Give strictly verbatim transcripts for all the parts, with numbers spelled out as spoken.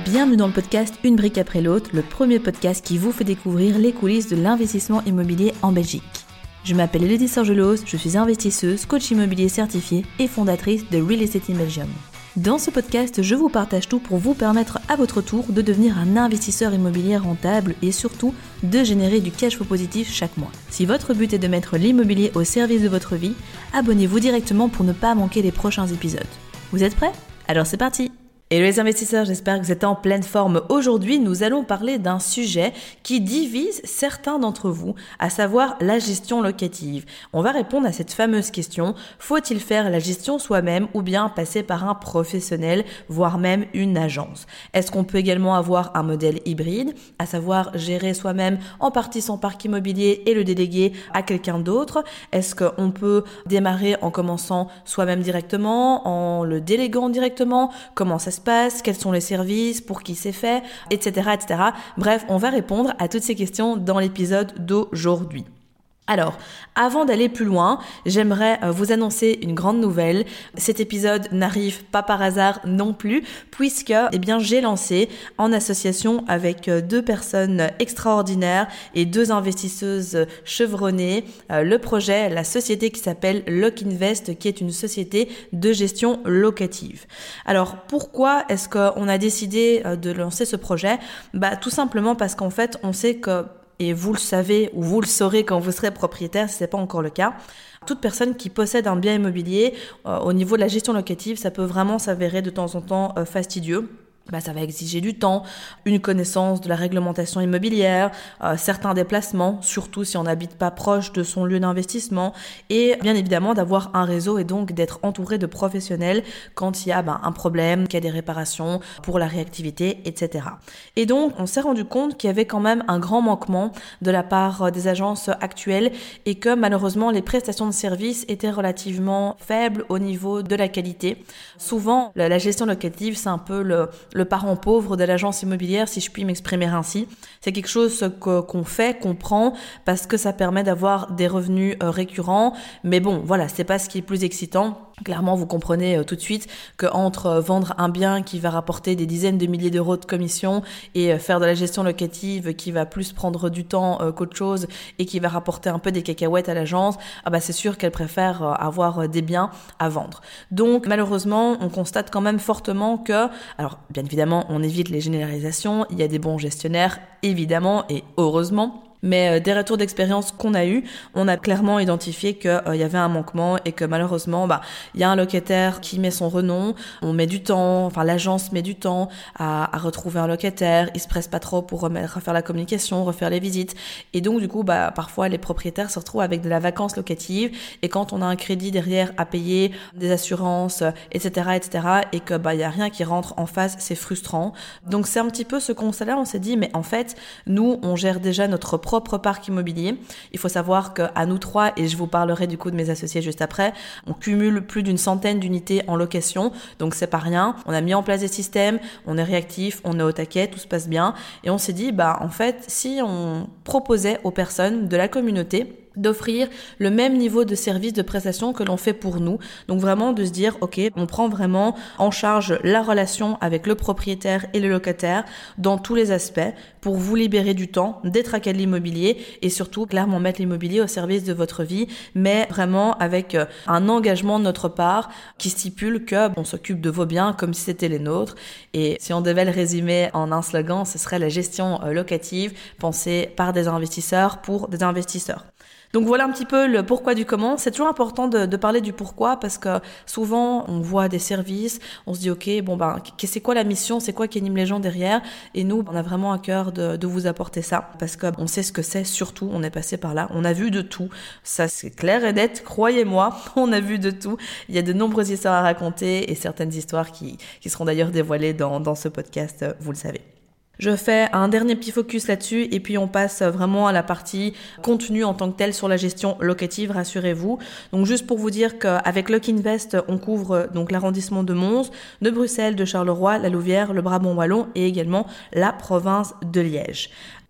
Bienvenue dans le podcast Une brique après l'autre, le premier podcast qui vous fait découvrir les coulisses de l'investissement immobilier en Belgique. Je m'appelle Elodie Sorgelos, je suis investisseuse, coach immobilier certifiée et fondatrice de Real Estate in Belgium. Dans ce podcast, je vous partage tout pour vous permettre à votre tour de devenir un investisseur immobilier rentable et surtout de générer du cash flow positif chaque mois. Si votre but est de mettre l'immobilier au service de votre vie, abonnez-vous directement pour ne pas manquer les prochains épisodes. Vous êtes prêts ? Alors c'est parti ! Hello les investisseurs, j'espère que vous êtes en pleine forme. Aujourd'hui, nous allons parler d'un sujet qui divise certains d'entre vous, à savoir la gestion locative. On va répondre à cette fameuse question, faut-il faire la gestion soi-même ou bien passer par un professionnel, voire même une agence ? Est-ce qu'on peut également avoir un modèle hybride, à savoir gérer soi-même en partie son parc immobilier et le déléguer à quelqu'un d'autre ? Est-ce qu'on peut démarrer en commençant soi-même directement, en le déléguant directement ? Comment ça se passe, quels sont les services, pour qui c'est fait, et cetera, et cetera. Bref, on va répondre à toutes ces questions dans l'épisode d'aujourd'hui. Alors, avant d'aller plus loin, j'aimerais vous annoncer une grande nouvelle. Cet épisode n'arrive pas par hasard non plus, puisque eh bien, j'ai lancé en association avec deux personnes extraordinaires et deux investisseuses chevronnées le projet, la société qui s'appelle LocInvest, qui est une société de gestion locative. Alors, pourquoi est-ce qu'on a décidé de lancer ce projet ? Bah, tout simplement parce qu'en fait, on sait que et vous le savez ou vous le saurez quand vous serez propriétaire si ce n'est pas encore le cas, toute personne qui possède un bien immobilier, euh, au niveau de la gestion locative, ça peut vraiment s'avérer de temps en temps euh, fastidieux. Bah, ça va exiger du temps, une connaissance de la réglementation immobilière, euh, certains déplacements, surtout si on n'habite pas proche de son lieu d'investissement, et bien évidemment d'avoir un réseau et donc d'être entouré de professionnels quand il y a bah, un problème, qu'il y a des réparations pour la réactivité, et cetera. Et donc on s'est rendu compte qu'il y avait quand même un grand manquement de la part des agences actuelles et que malheureusement les prestations de services étaient relativement faibles au niveau de la qualité. Souvent la, la gestion locative c'est un peu le le parent pauvre de l'agence immobilière, si je puis m'exprimer ainsi. C'est quelque chose que, qu'on fait, qu'on prend, parce que ça permet d'avoir des revenus euh, récurrents. Mais bon, voilà, c'est pas ce qui est le plus excitant. Clairement, vous comprenez euh, tout de suite qu'entre euh, vendre un bien qui va rapporter des dizaines de milliers d'euros de commission et euh, faire de la gestion locative qui va plus prendre du temps euh, qu'autre chose et qui va rapporter un peu des cacahuètes à l'agence, ah bah c'est sûr qu'elle préfère euh, avoir euh, des biens à vendre. Donc malheureusement, on constate quand même fortement que, alors bien évidemment, on évite les généralisations, il y a des bons gestionnaires, évidemment, et heureusement. Mais euh, des retours d'expérience qu'on a eu, on a clairement identifié qu'il euh, y avait un manquement et que malheureusement, bah, il y a un locataire qui met son renom, on met du temps, enfin l'agence met du temps à, à retrouver un locataire, il se presse pas trop pour remettre, refaire la communication, refaire les visites, et donc du coup, bah, parfois les propriétaires se retrouvent avec de la vacance locative, et quand on a un crédit derrière à payer, des assurances, et cetera, et cetera, et que bah il y a rien qui rentre en face, c'est frustrant. Donc c'est un petit peu ce constat-là, on s'est dit, mais en fait, nous, on gère déjà notre propre propre parc immobilier. Il faut savoir qu'à nous trois, et je vous parlerai du coup de mes associés juste après, on cumule plus d'une centaine d'unités en location, donc c'est pas rien. On a mis en place des systèmes, on est réactif, on est au taquet, tout se passe bien, et on s'est dit, bah en fait, si on proposait aux personnes de la communauté d'offrir le même niveau de service de prestation que l'on fait pour nous. Donc vraiment de se dire, ok, on prend vraiment en charge la relation avec le propriétaire et le locataire dans tous les aspects pour vous libérer du temps, détraquer de l'immobilier et surtout clairement mettre l'immobilier au service de votre vie, mais vraiment avec un engagement de notre part qui stipule que on s'occupe de vos biens comme si c'était les nôtres. Et si on devait le résumer en un slogan, ce serait la gestion locative pensée par des investisseurs pour des investisseurs. Donc voilà un petit peu le pourquoi du comment. C'est toujours important de, de parler du pourquoi parce que souvent on voit des services, on se dit ok bon ben c'est quoi la mission, c'est quoi qui anime les gens derrière, et nous on a vraiment à cœur de, de vous apporter ça parce que on sait ce que c'est, surtout on est passé par là, on a vu de tout, ça c'est clair et net, croyez-moi, on a vu de tout. Il y a de nombreuses histoires à raconter et certaines histoires qui, qui seront d'ailleurs dévoilées dans, dans ce podcast, vous le savez. Je fais un dernier petit focus là-dessus et puis on passe vraiment à la partie contenu en tant que tel sur la gestion locative, rassurez-vous. Donc juste pour vous dire qu'avec LocInvest, on couvre donc l'arrondissement de Mons, de Bruxelles, de Charleroi, la Louvière, le Brabant wallon et également la province de Liège.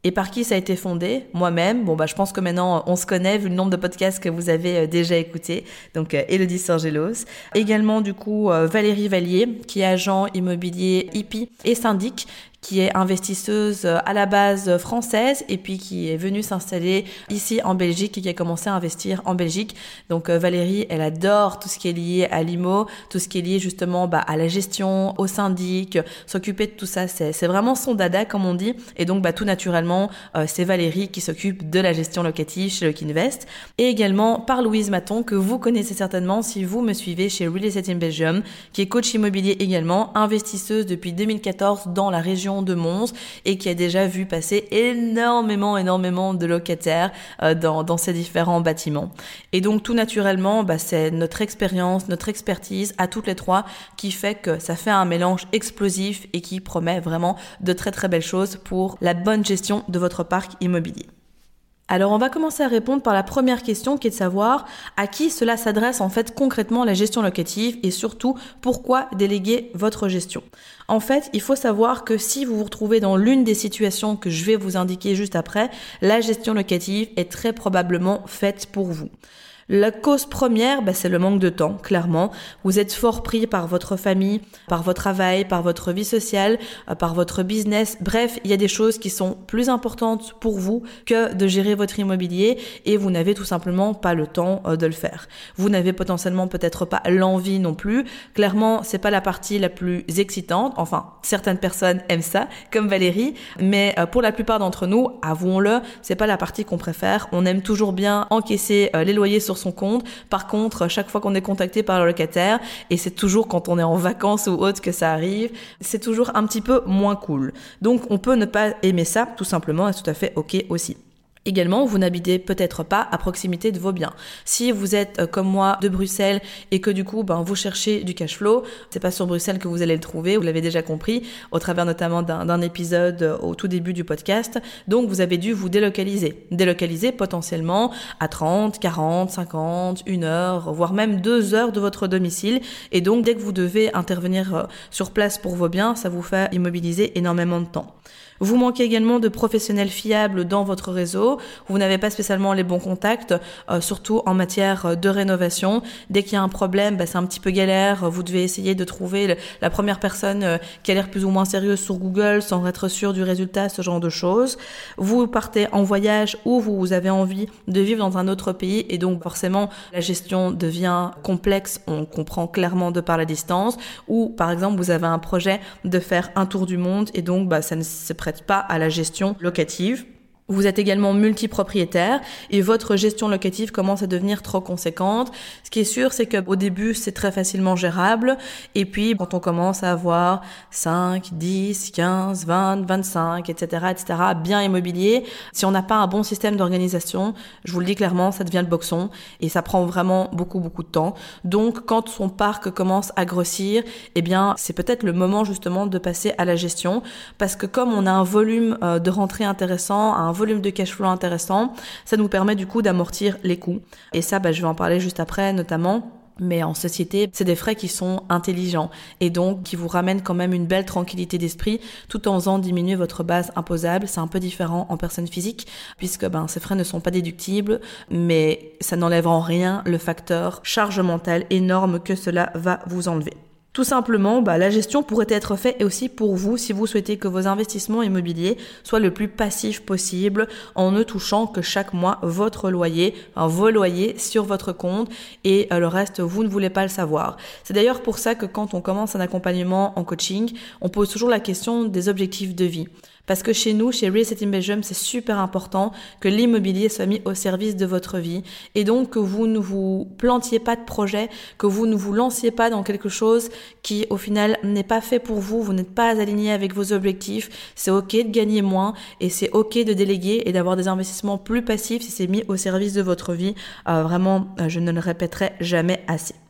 Et par qui ça a été fondé? Moi-même. Bon, bah, je pense que maintenant, on se connaît vu le nombre de podcasts que vous avez euh, déjà écoutés. Donc, euh, Élodie Sorgelos. Également, du coup, euh, Valérie Vallier, qui est agent immobilier hippie et syndic, qui est investisseuse à la base française et puis qui est venue s'installer ici en Belgique et qui a commencé à investir en Belgique. Donc euh, Valérie, elle adore tout ce qui est lié à l'I M O, tout ce qui est lié justement bah, à la gestion, au syndic, s'occuper de tout ça, c'est, c'est vraiment son dada comme on dit. Et donc bah, tout naturellement, euh, c'est Valérie qui s'occupe de la gestion locative chez Lucky Invest. Et également par Louise Maton, que vous connaissez certainement si vous me suivez chez Real Estate in Belgium, qui est coach immobilier également, investisseuse depuis deux mille quatorze dans la région de Mons et qui a déjà vu passer énormément, énormément de locataires euh, dans, dans ces différents bâtiments. Et donc tout naturellement, bah, c'est notre expérience, notre expertise à toutes les trois qui fait que ça fait un mélange explosif et qui promet vraiment de très très belles choses pour la bonne gestion de votre parc immobilier. Alors on va commencer à répondre par la première question qui est de savoir à qui cela s'adresse en fait concrètement la gestion locative et surtout pourquoi déléguer votre gestion. En fait, il faut savoir que si vous vous retrouvez dans l'une des situations que je vais vous indiquer juste après, la gestion locative est très probablement faite pour vous. La cause première, bah, c'est le manque de temps, clairement. Vous êtes fort pris par votre famille, par votre travail, par votre vie sociale, par votre business. Bref, il y a des choses qui sont plus importantes pour vous que de gérer votre immobilier et vous n'avez tout simplement pas le temps de le faire. Vous n'avez potentiellement peut-être pas l'envie non plus. Clairement, c'est pas la partie la plus excitante. Enfin, certaines personnes aiment ça, comme Valérie, mais pour la plupart d'entre nous, avouons-le, c'est pas la partie qu'on préfère. On aime toujours bien encaisser les loyers sur son compte. Par contre, chaque fois qu'on est contacté par le locataire, et c'est toujours quand on est en vacances ou autre que ça arrive, c'est toujours un petit peu moins cool. Donc, on peut ne pas aimer ça, tout simplement, et c'est tout à fait ok aussi. Également, vous n'habitez peut-être pas à proximité de vos biens. Si vous êtes euh, comme moi de Bruxelles et que du coup, ben, vous cherchez du cash flow, c'est pas sur Bruxelles que vous allez le trouver, vous l'avez déjà compris, au travers notamment d'un, d'un épisode euh, au tout début du podcast. Donc, vous avez dû vous délocaliser. Délocaliser potentiellement à trente, quarante, cinquante, une heure, voire même deux heures de votre domicile. Et donc, dès que vous devez intervenir euh, sur place pour vos biens, ça vous fait immobiliser énormément de temps. Vous manquez également de professionnels fiables dans votre réseau. Vous n'avez pas spécialement les bons contacts, euh, surtout en matière de rénovation. Dès qu'il y a un problème, bah, c'est un petit peu galère. Vous devez essayer de trouver le, la première personne euh, qui a l'air plus ou moins sérieuse sur Google sans être sûr du résultat, ce genre de choses. Vous partez en voyage ou vous avez envie de vivre dans un autre pays et donc forcément la gestion devient complexe. On comprend clairement de par la distance. Ou par exemple, vous avez un projet de faire un tour du monde et donc bah, ça ne se prête pas à la gestion locative. Vous êtes également multipropriétaire et votre gestion locative commence à devenir trop conséquente. Ce qui est sûr, c'est qu'au début, c'est très facilement gérable. Et puis, quand on commence à avoir cinq, dix, quinze, vingt, vingt-cinq, et cetera, et cetera, biens immobiliers, si on n'a pas un bon système d'organisation, je vous le dis clairement, ça devient le boxon et ça prend vraiment beaucoup, beaucoup de temps. Donc, quand son parc commence à grossir, eh bien, c'est peut-être le moment justement de passer à la gestion parce que comme on a un volume de rentrée intéressant, un volume de cash flow intéressant, ça nous permet du coup d'amortir les coûts. Et ça, bah, je vais en parler juste après notamment. Mais en société, c'est des frais qui sont intelligents et donc qui vous ramènent quand même une belle tranquillité d'esprit tout en faisant diminuer votre base imposable. C'est un peu différent en personne physique puisque ben, ces frais ne sont pas déductibles, mais ça n'enlève en rien le facteur charge mentale énorme que cela va vous enlever. Tout simplement, bah, la gestion pourrait être faite aussi pour vous si vous souhaitez que vos investissements immobiliers soient le plus passifs possible en ne touchant que chaque mois votre loyer, enfin, vos loyers sur votre compte et euh, le reste, vous ne voulez pas le savoir. C'est d'ailleurs pour ça que quand on commence un accompagnement en coaching, on pose toujours la question des objectifs de vie. Parce que chez nous, chez Real Estate in Belgium, c'est super important que l'immobilier soit mis au service de votre vie et donc que vous ne vous plantiez pas de projet, que vous ne vous lanciez pas dans quelque chose qui au final n'est pas fait pour vous, vous n'êtes pas aligné avec vos objectifs. C'est ok de gagner moins et c'est ok de déléguer et d'avoir des investissements plus passifs si c'est mis au service de votre vie. Euh, vraiment, je ne le répéterai jamais assez.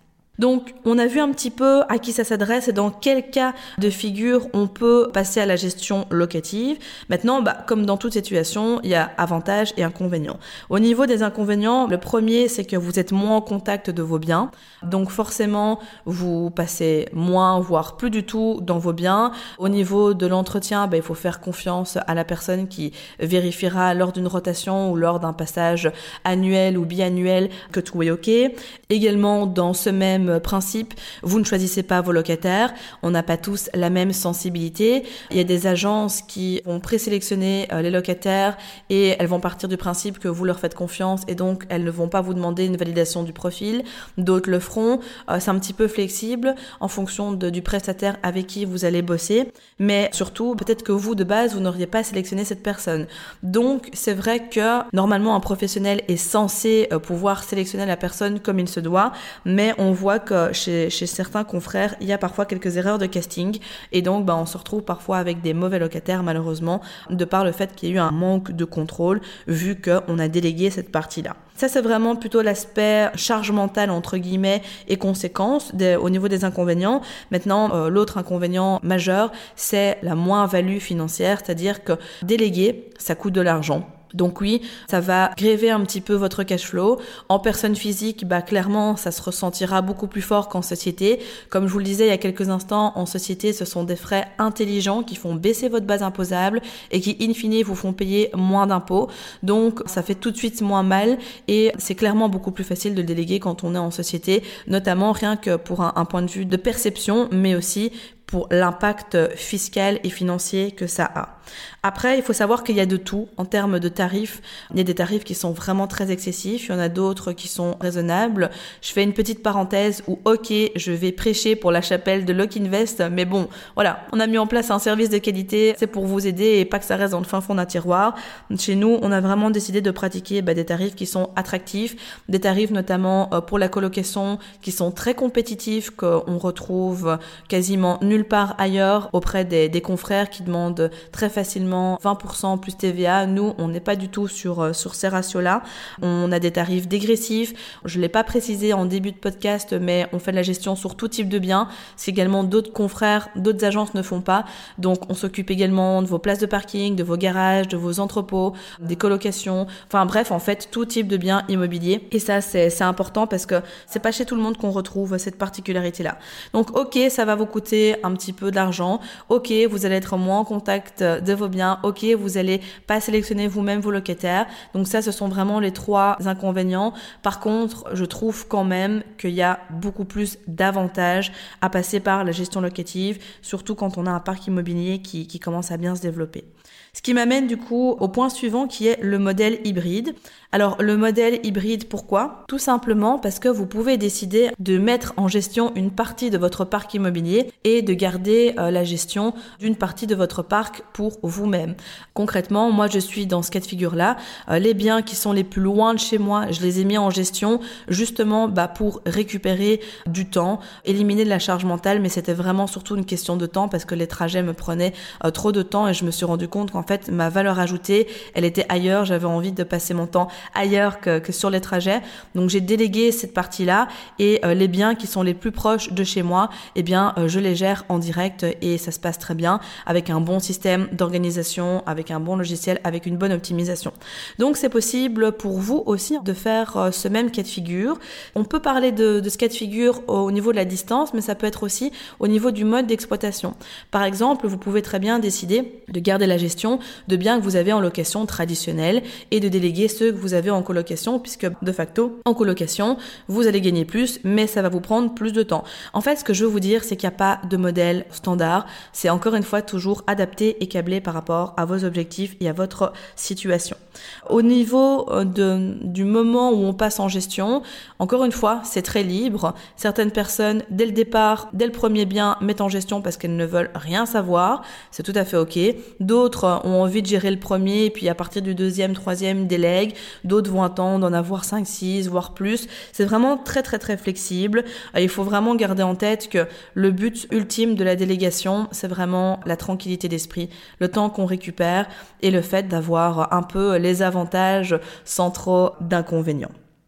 Donc, on a vu un petit peu à qui ça s'adresse et dans quel cas de figure on peut passer à la gestion locative. Maintenant, bah, comme dans toute situation, il y a avantages et inconvénients. Au niveau des inconvénients, le premier, c'est que vous êtes moins en contact de vos biens. Donc, forcément, vous passez moins, voire plus du tout dans vos biens. Au niveau de l'entretien, bah, il faut faire confiance à la personne qui vérifiera lors d'une rotation ou lors d'un passage annuel ou biannuel que tout est OK. Également, dans ce même principe, vous ne choisissez pas vos locataires. On n'a pas tous la même sensibilité. Il y a des agences qui vont présélectionner les locataires et elles vont partir du principe que vous leur faites confiance et donc elles ne vont pas vous demander une validation du profil. D'autres le feront. C'est un petit peu flexible en fonction de, du prestataire avec qui vous allez bosser. Mais surtout, peut-être que vous, de base, vous n'auriez pas sélectionné cette personne. Donc, c'est vrai que normalement, un professionnel est censé pouvoir sélectionner la personne comme il se doit, mais on voit que chez, chez certains confrères, il y a parfois quelques erreurs de casting et donc bah, on se retrouve parfois avec des mauvais locataires malheureusement de par le fait qu'il y a eu un manque de contrôle vu qu'on a délégué cette partie-là. Ça, c'est vraiment plutôt l'aspect charge mentale, entre guillemets, et conséquences des, au niveau des inconvénients. Maintenant, euh, l'autre inconvénient majeur, c'est la moins-value financière, c'est-à-dire que déléguer, ça coûte de l'argent. Donc oui, ça va gréver un petit peu votre cash flow. En personne physique, bah clairement, ça se ressentira beaucoup plus fort qu'en société. Comme je vous le disais il y a quelques instants, en société, ce sont des frais intelligents qui font baisser votre base imposable et qui, in fine, vous font payer moins d'impôts. Donc, ça fait tout de suite moins mal et c'est clairement beaucoup plus facile de déléguer quand on est en société, notamment rien que pour un, un point de vue de perception, mais aussi pour l'impact fiscal et financier que ça a. Après, il faut savoir qu'il y a de tout en termes de tarifs. Il y a des tarifs qui sont vraiment très excessifs, il y en a d'autres qui sont raisonnables. Je fais une petite parenthèse où, ok, je vais prêcher pour la chapelle de Lock Invest, mais bon, voilà, on a mis en place un service de qualité, c'est pour vous aider et pas que ça reste dans le fin fond d'un tiroir. Chez nous, on a vraiment décidé de pratiquer bah, des tarifs qui sont attractifs, des tarifs notamment euh, pour la colocation qui sont très compétitifs, qu'on retrouve quasiment nulle part ailleurs auprès des, des confrères qui demandent très facilement vingt pour cent plus T V A. Nous, on n'est pas du tout sur, sur ces ratios-là. On a des tarifs dégressifs. Je ne l'ai pas précisé en début de podcast, mais on fait de la gestion sur tout type de biens. C'est également d'autres confrères, d'autres agences ne font pas. Donc, on s'occupe également de vos places de parking, de vos garages, de vos entrepôts, des colocations. Enfin bref, en fait, tout type de biens immobiliers. Et ça, c'est, c'est important parce que c'est pas chez tout le monde qu'on retrouve cette particularité-là. Donc, ok, ça va vous coûter un petit peu d'argent. Ok, vous allez être moins en contact de vos biens. Ok, vous allez pas sélectionner vous-même vos locataires. Donc ça, ce sont vraiment les trois inconvénients. Par contre, je trouve quand même qu'il y a beaucoup plus d'avantages à passer par la gestion locative, surtout quand on a un parc immobilier qui, qui commence à bien se développer. Ce qui m'amène du coup au point suivant qui est le modèle hybride. Alors le modèle hybride, pourquoi ? Tout simplement parce que vous pouvez décider de mettre en gestion une partie de votre parc immobilier et de garder euh, la gestion d'une partie de votre parc pour vous-même. Concrètement, moi je suis dans ce cas de figure-là. Euh, les biens qui sont les plus loin de chez moi, je les ai mis en gestion justement bah, pour récupérer du temps, éliminer de la charge mentale, mais c'était vraiment surtout une question de temps parce que les trajets me prenaient euh, trop de temps et je me suis rendu compte qu'en fait ma valeur ajoutée, elle était ailleurs. J'avais envie de passer mon temps ailleurs que, que sur les trajets. Donc j'ai délégué cette partie-là et euh, les biens qui sont les plus proches de chez moi, eh bien euh, je les gère en direct et ça se passe très bien avec un bon système d'organisation, avec un bon logiciel, avec une bonne optimisation. Donc c'est possible pour vous aussi de faire euh, ce même cas de figure. On peut parler de, de ce cas de figure au niveau de la distance, mais ça peut être aussi au niveau du mode d'exploitation. Par exemple, vous pouvez très bien décider de garder la gestion de biens que vous avez en location traditionnelle et de déléguer ceux que vous avez en colocation, puisque de facto, en colocation, vous allez gagner plus, mais ça va vous prendre plus de temps. En fait, ce que je veux vous dire, c'est qu'il n'y a pas de modèle standard. C'est encore une fois toujours adapté et câblé par rapport à vos objectifs et à votre situation. Au niveau de, du moment où on passe en gestion, encore une fois, c'est très libre. Certaines personnes, dès le départ, dès le premier bien, mettent en gestion parce qu'elles ne veulent rien savoir. C'est tout à fait ok. D'autres ont envie de gérer le premier, et puis à partir du deuxième, troisième, délèguent. D'autres vont attendre d'en avoir cinq, six, voire plus. C'est vraiment très, très, très flexible. Il faut vraiment garder en tête que le but ultime de la délégation, c'est vraiment la tranquillité d'esprit, le temps qu'on récupère et le fait d'avoir un peu les avantages sans trop d'inconvénients.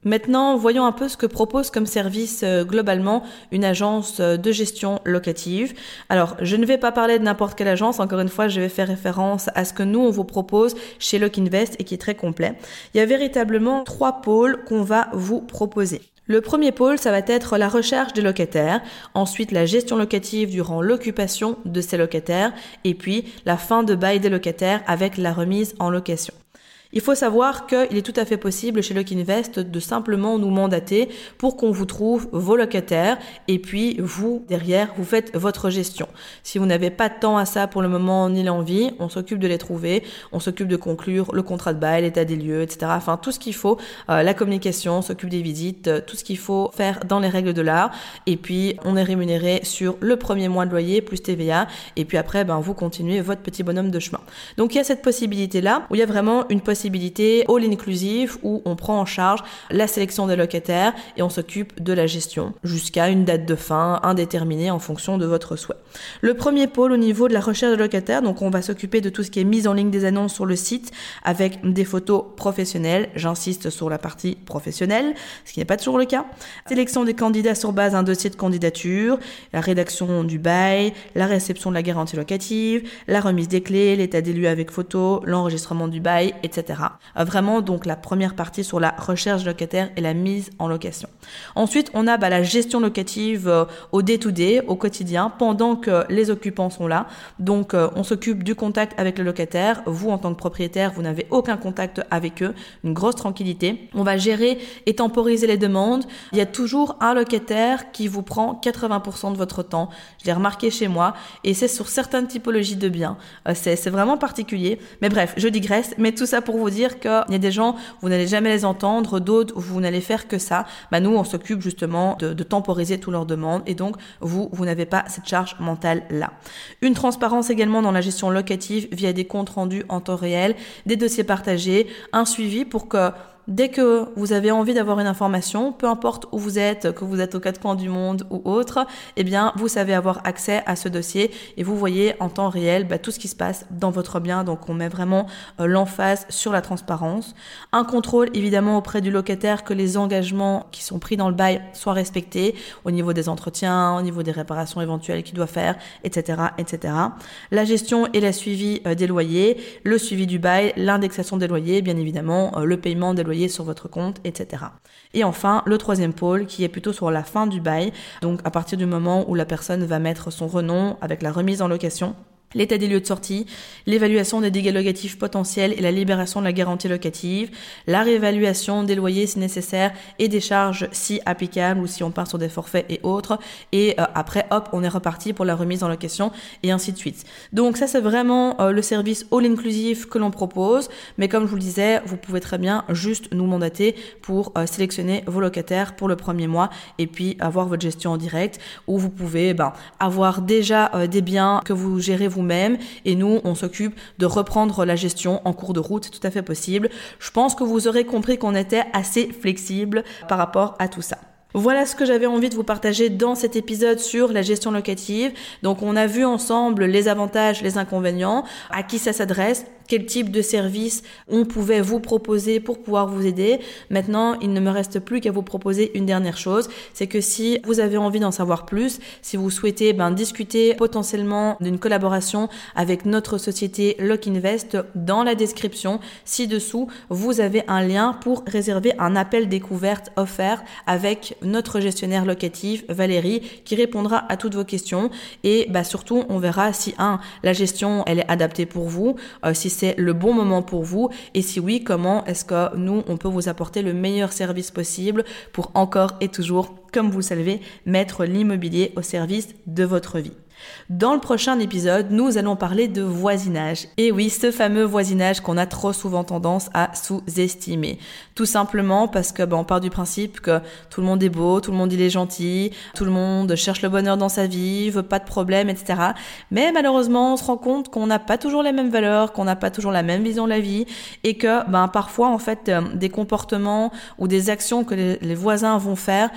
Maintenant, voyons un peu ce que propose comme service euh, globalement une agence euh, de gestion locative. Alors, je ne vais pas parler de n'importe quelle agence. Encore une fois, je vais faire référence à ce que nous, on vous propose chez LocInvest et qui est très complet. Il y a véritablement trois pôles qu'on va vous proposer. Le premier pôle, ça va être la recherche des locataires, ensuite la gestion locative durant l'occupation de ces locataires et puis la fin de bail des locataires avec la remise en location. Il faut savoir qu'il est tout à fait possible chez LocInvest de simplement nous mandater pour qu'on vous trouve vos locataires et puis vous, derrière, vous faites votre gestion. Si vous n'avez pas de temps à ça pour le moment ni l'envie, on s'occupe de les trouver, on s'occupe de conclure le contrat de bail, l'état des lieux, et cetera. Enfin, tout ce qu'il faut, euh, la communication, on s'occupe des visites, euh, tout ce qu'il faut faire dans les règles de l'art. Et puis, on est rémunéré sur le premier mois de loyer plus T V A. Et puis après, ben, vous continuez votre petit bonhomme de chemin. Donc, il y a cette possibilité-là où il y a vraiment une possibilité all-inclusive où on prend en charge la sélection des locataires et on s'occupe de la gestion jusqu'à une date de fin indéterminée en fonction de votre souhait. Le premier pôle au niveau de la recherche de locataires, donc on va s'occuper de tout ce qui est mise en ligne des annonces sur le site avec des photos professionnelles. J'insiste sur la partie professionnelle, ce qui n'est pas toujours le cas. Sélection des candidats sur base d'un dossier de candidature, la rédaction du bail, la réception de la garantie locative, la remise des clés, l'état des lieux avec photo, l'enregistrement du bail, et cetera. Vraiment, donc, la première partie sur la recherche locataire et la mise en location. Ensuite, on a bah, la gestion locative euh, au day-to-day, au quotidien, pendant que les occupants sont là. Donc, euh, on s'occupe du contact avec le locataire. Vous, en tant que propriétaire, vous n'avez aucun contact avec eux. Une grosse tranquillité. On va gérer et temporiser les demandes. Il y a toujours un locataire qui vous prend quatre-vingts pour cent de votre temps. Je l'ai remarqué chez moi et c'est sur certaines typologies de biens. Euh, c'est, c'est vraiment particulier. Mais bref, je digresse. Mais tout ça pour vous dire qu'il y a des gens, vous n'allez jamais les entendre, d'autres, vous n'allez faire que ça. Bah, nous, on s'occupe justement de, de temporiser toutes leurs demandes et donc, vous, vous n'avez pas cette charge mentale-là. Une transparence également dans la gestion locative via des comptes rendus en temps réel, des dossiers partagés, un suivi pour que dès que vous avez envie d'avoir une information, peu importe où vous êtes, que vous êtes aux quatre coins du monde ou autre, eh bien, vous savez avoir accès à ce dossier et vous voyez en temps réel bah, tout ce qui se passe dans votre bien. Donc, on met vraiment euh, l'emphase sur la transparence. Un contrôle, évidemment, auprès du locataire que les engagements qui sont pris dans le bail soient respectés au niveau des entretiens, au niveau des réparations éventuelles qu'il doit faire, et cetera, et cetera. La gestion et la suivi euh, des loyers, le suivi du bail, l'indexation des loyers, bien évidemment, euh, le paiement des loyers sur votre compte, et cetera. Et enfin, le troisième pôle qui est plutôt sur la fin du bail, donc à partir du moment où la personne va mettre son renom avec la remise en location, l'état des lieux de sortie, l'évaluation des dégâts locatifs potentiels et la libération de la garantie locative, la réévaluation des loyers si nécessaire et des charges si applicables ou si on part sur des forfaits et autres. Et euh, après, hop, on est reparti pour la remise en location et ainsi de suite. Donc ça, c'est vraiment euh, le service all-inclusive que l'on propose. Mais comme je vous le disais, vous pouvez très bien juste nous mandater pour euh, sélectionner vos locataires pour le premier mois et puis avoir votre gestion en direct où vous pouvez ben, avoir déjà euh, des biens que vous gérez vous même et nous on s'occupe de reprendre la gestion en cours de route, c'est tout à fait possible. Je pense que vous aurez compris qu'on était assez flexible par rapport à tout ça. Voilà ce que j'avais envie de vous partager dans cet épisode sur la gestion locative. Donc on a vu ensemble les avantages, les inconvénients, à qui ça s'adresse, quel type de service on pouvait vous proposer pour pouvoir vous aider. Maintenant, il ne me reste plus qu'à vous proposer une dernière chose, c'est que si vous avez envie d'en savoir plus, si vous souhaitez ben, discuter potentiellement d'une collaboration avec notre société LocInvest, dans la description ci-dessous, vous avez un lien pour réserver un appel découverte offert avec notre gestionnaire locatif, Valérie, qui répondra à toutes vos questions et bah, surtout, on verra si un, la gestion elle est adaptée pour vous, euh, si c'est le bon moment pour vous et si oui, comment est-ce que nous, on peut vous apporter le meilleur service possible pour encore et toujours, comme vous le savez, mettre l'immobilier au service de votre vie. Dans le prochain épisode, nous allons parler de voisinage. Et oui, ce fameux voisinage qu'on a trop souvent tendance à sous-estimer. Tout simplement parce que ben, on part du principe que tout le monde est beau, tout le monde il est gentil, tout le monde cherche le bonheur dans sa vie, veut pas de problème, et cetera. Mais malheureusement, on se rend compte qu'on n'a pas toujours les mêmes valeurs, qu'on n'a pas toujours la même vision de la vie et que ben, parfois, en fait, euh, des comportements ou des actions que les, les voisins vont faire ont des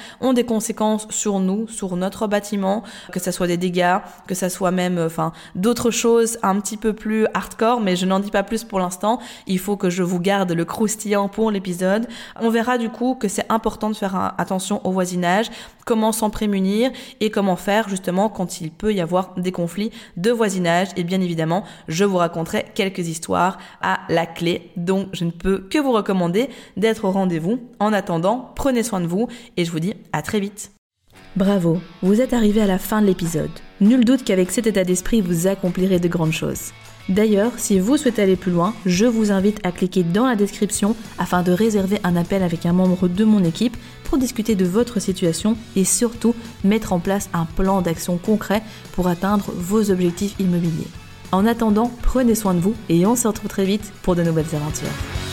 conséquences sur nous, sur notre bâtiment, que ça soit des dégâts, que ça soit même enfin d'autres choses un petit peu plus hardcore, mais je n'en dis pas plus pour l'instant. Il faut que je vous garde le croustillant pour l'épisode. On verra du coup que c'est important de faire attention au voisinage, comment s'en prémunir et comment faire justement quand il peut y avoir des conflits de voisinage. Et bien évidemment, je vous raconterai quelques histoires à la clé, donc je ne peux que vous recommander d'être au rendez-vous. En attendant, prenez soin de vous et je vous dis à très vite. Bravo, vous êtes arrivé à la fin de l'épisode. Nul doute qu'avec cet état d'esprit, vous accomplirez de grandes choses. D'ailleurs, si vous souhaitez aller plus loin, je vous invite à cliquer dans la description afin de réserver un appel avec un membre de mon équipe pour discuter de votre situation et surtout mettre en place un plan d'action concret pour atteindre vos objectifs immobiliers. En attendant, prenez soin de vous et on se retrouve très vite pour de nouvelles aventures.